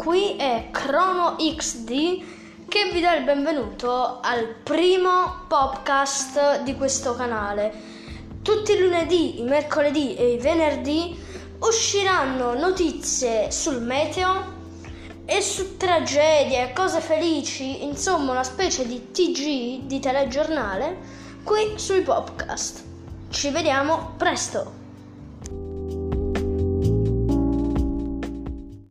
qui è Crono XD che vi dà il benvenuto al primo podcast di questo canale. Tutti i lunedì, i mercoledì e i venerdì usciranno notizie sul meteo e su tragedie, cose felici, insomma una specie di TG, di telegiornale, qui sui podcast. Ci vediamo presto!